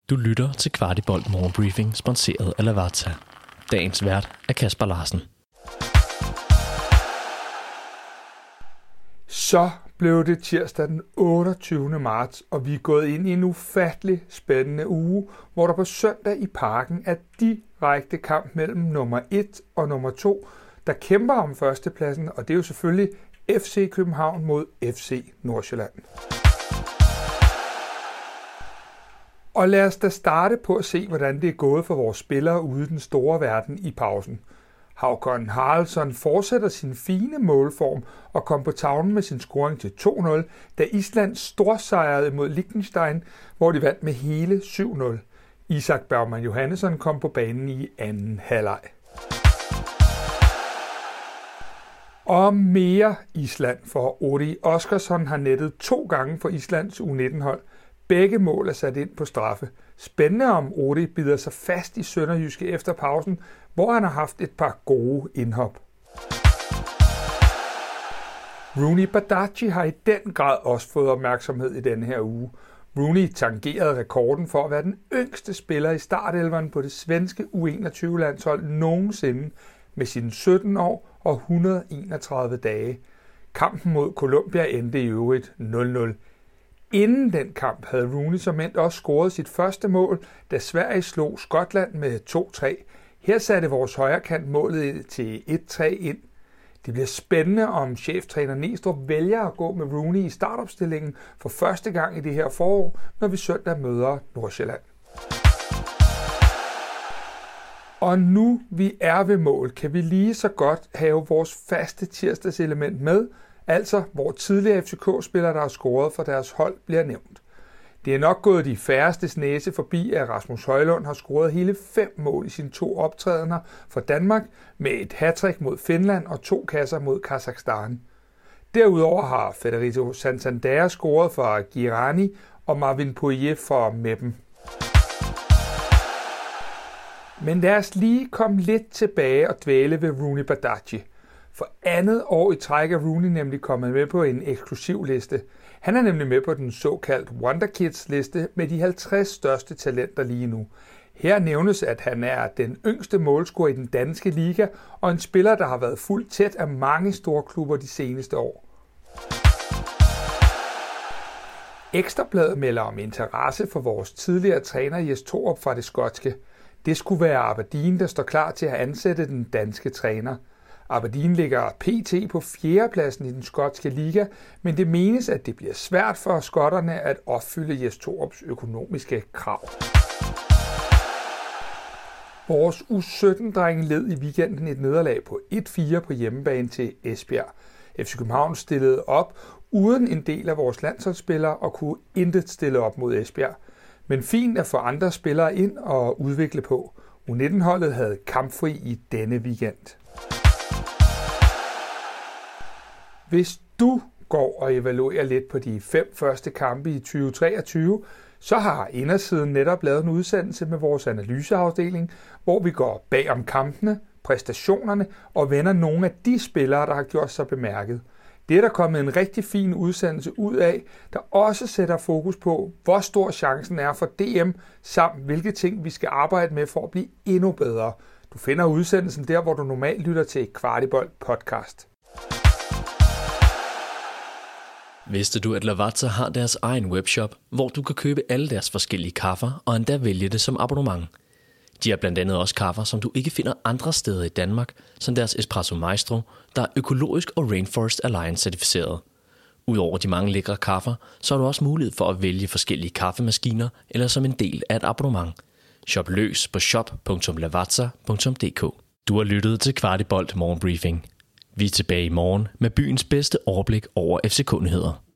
Du lytter til Kvartibolt Morgenbriefing, sponsoreret af Lavazza. Dagens vært er Kasper Larsen. Så blev det tirsdag den 28. marts, og vi er gået ind i en ufattelig spændende uge, hvor der på søndag i Parken er direkte kamp mellem nummer 1 og nummer 2, der kæmper om førstepladsen, og det er jo selvfølgelig FC København mod FC Nordsjælland. Og lad os da starte på at se, hvordan det er gået for vores spillere ude i den store verden i pausen. Hákon Haraldsson fortsætter sin fine målform og kom på tavlen med sin scoring til 2-0, da Island storsejrede mod Liechtenstein, hvor de vandt med hele 7-0. Isak Bergman Johannesson kom på banen i anden halvleg. Og mere Island, for Ori Oskarsson har nettet 2 gange for Islands U19-hold. Begge mål er sat ind på straffe. Spændende om Ori bider sig fast i Sønderjyske efter pausen, hvor han har haft et par gode indhop. Rooney Badaji har i den grad også fået opmærksomhed i denne her uge. Rooney tangerede rekorden for at være den yngste spiller i startelveren på det svenske U21-landshold nogensinde med sine 17 år og 131 dage. Kampen mod Colombia endte i øvrigt 0-0. Inden den kamp havde Rooney som endt også scoret sit første mål, da Sverige slog Skotland med 2-3. Her satte vores højrekant målet til 1-3 ind. Det bliver spændende, om cheftræner Næstrup vælger at gå med Rooney i startopstillingen for første gang i det her forår, når vi søndag møder Nordsjælland. Og nu vi er ved mål, kan vi lige så godt have vores faste tirsdagselement med, altså hvor tidligere FCK-spillere, der har scoret for deres hold, bliver nævnt. Det er nok gået de færrestes næse forbi, at Rasmus Højlund har scoret hele 5 mål i sine 2 optrædener for Danmark med et hattrick mod Finland og 2 kasser mod Kazakhstan. Derudover har Federico Santander scoret for Girani og Marvin Poirier for Meppen. Men lad os lige komme lidt tilbage og dvæle ved Rooney Badaji. For andet år i træk er Rooney nemlig kommet med på en eksklusiv liste. Han er nemlig med på den såkaldte Wonder Kids liste med de 50 største talenter lige nu. Her nævnes, at han er den yngste målscorer i den danske liga og en spiller, der har været fuldt tæt af mange store klubber de seneste år. Ekstrabladet melder om interesse for vores tidligere træner Jes Torup fra det skotske. Det skulle være Aberdeen, der står klar til at ansætte den danske træner. Aberdeen ligger pt. På 4. pladsen i den skotske liga, men det menes, at det bliver svært for skotterne at opfylde Jes Torups økonomiske krav. Vores U17-drenge led i weekenden et nederlag på 1-4 på hjemmebane til Esbjerg. FC København stillede op uden en del af vores landsholdsspillere og kunne intet stille op mod Esbjerg. Men fint at få andre spillere ind og udvikle på. U19-holdet havde kampfri i denne weekend. Hvis du går og evaluerer lidt på de 5 første kampe i 2023, så har Indersiden netop lavet en udsendelse med vores analyseafdeling, hvor vi går bag om kampene, præstationerne og vender nogle af de spillere, der har gjort sig bemærket. Det er der kommet en rigtig fin udsendelse ud af, der også sætter fokus på, hvor stor chancen er for DM, samt hvilke ting vi skal arbejde med for at blive endnu bedre. Du finder udsendelsen der, hvor du normalt lytter til Kvartibolt podcast. Vidste du, at Lavazza har deres egen webshop, hvor du kan købe alle deres forskellige kaffer og endda vælge det som abonnement? De har blandt andet også kaffer, som du ikke finder andre steder i Danmark, som deres Espresso Maestro, der er økologisk og Rainforest Alliance certificeret. Udover de mange lækre kaffer, så har du også mulighed for at vælge forskellige kaffemaskiner eller som en del af et abonnement. Shop løs på shop.lavazza.dk. Du har lyttet til Kvartibolt Morgenbriefing. Vi er tilbage i morgen med byens bedste overblik over FCK-nyheder.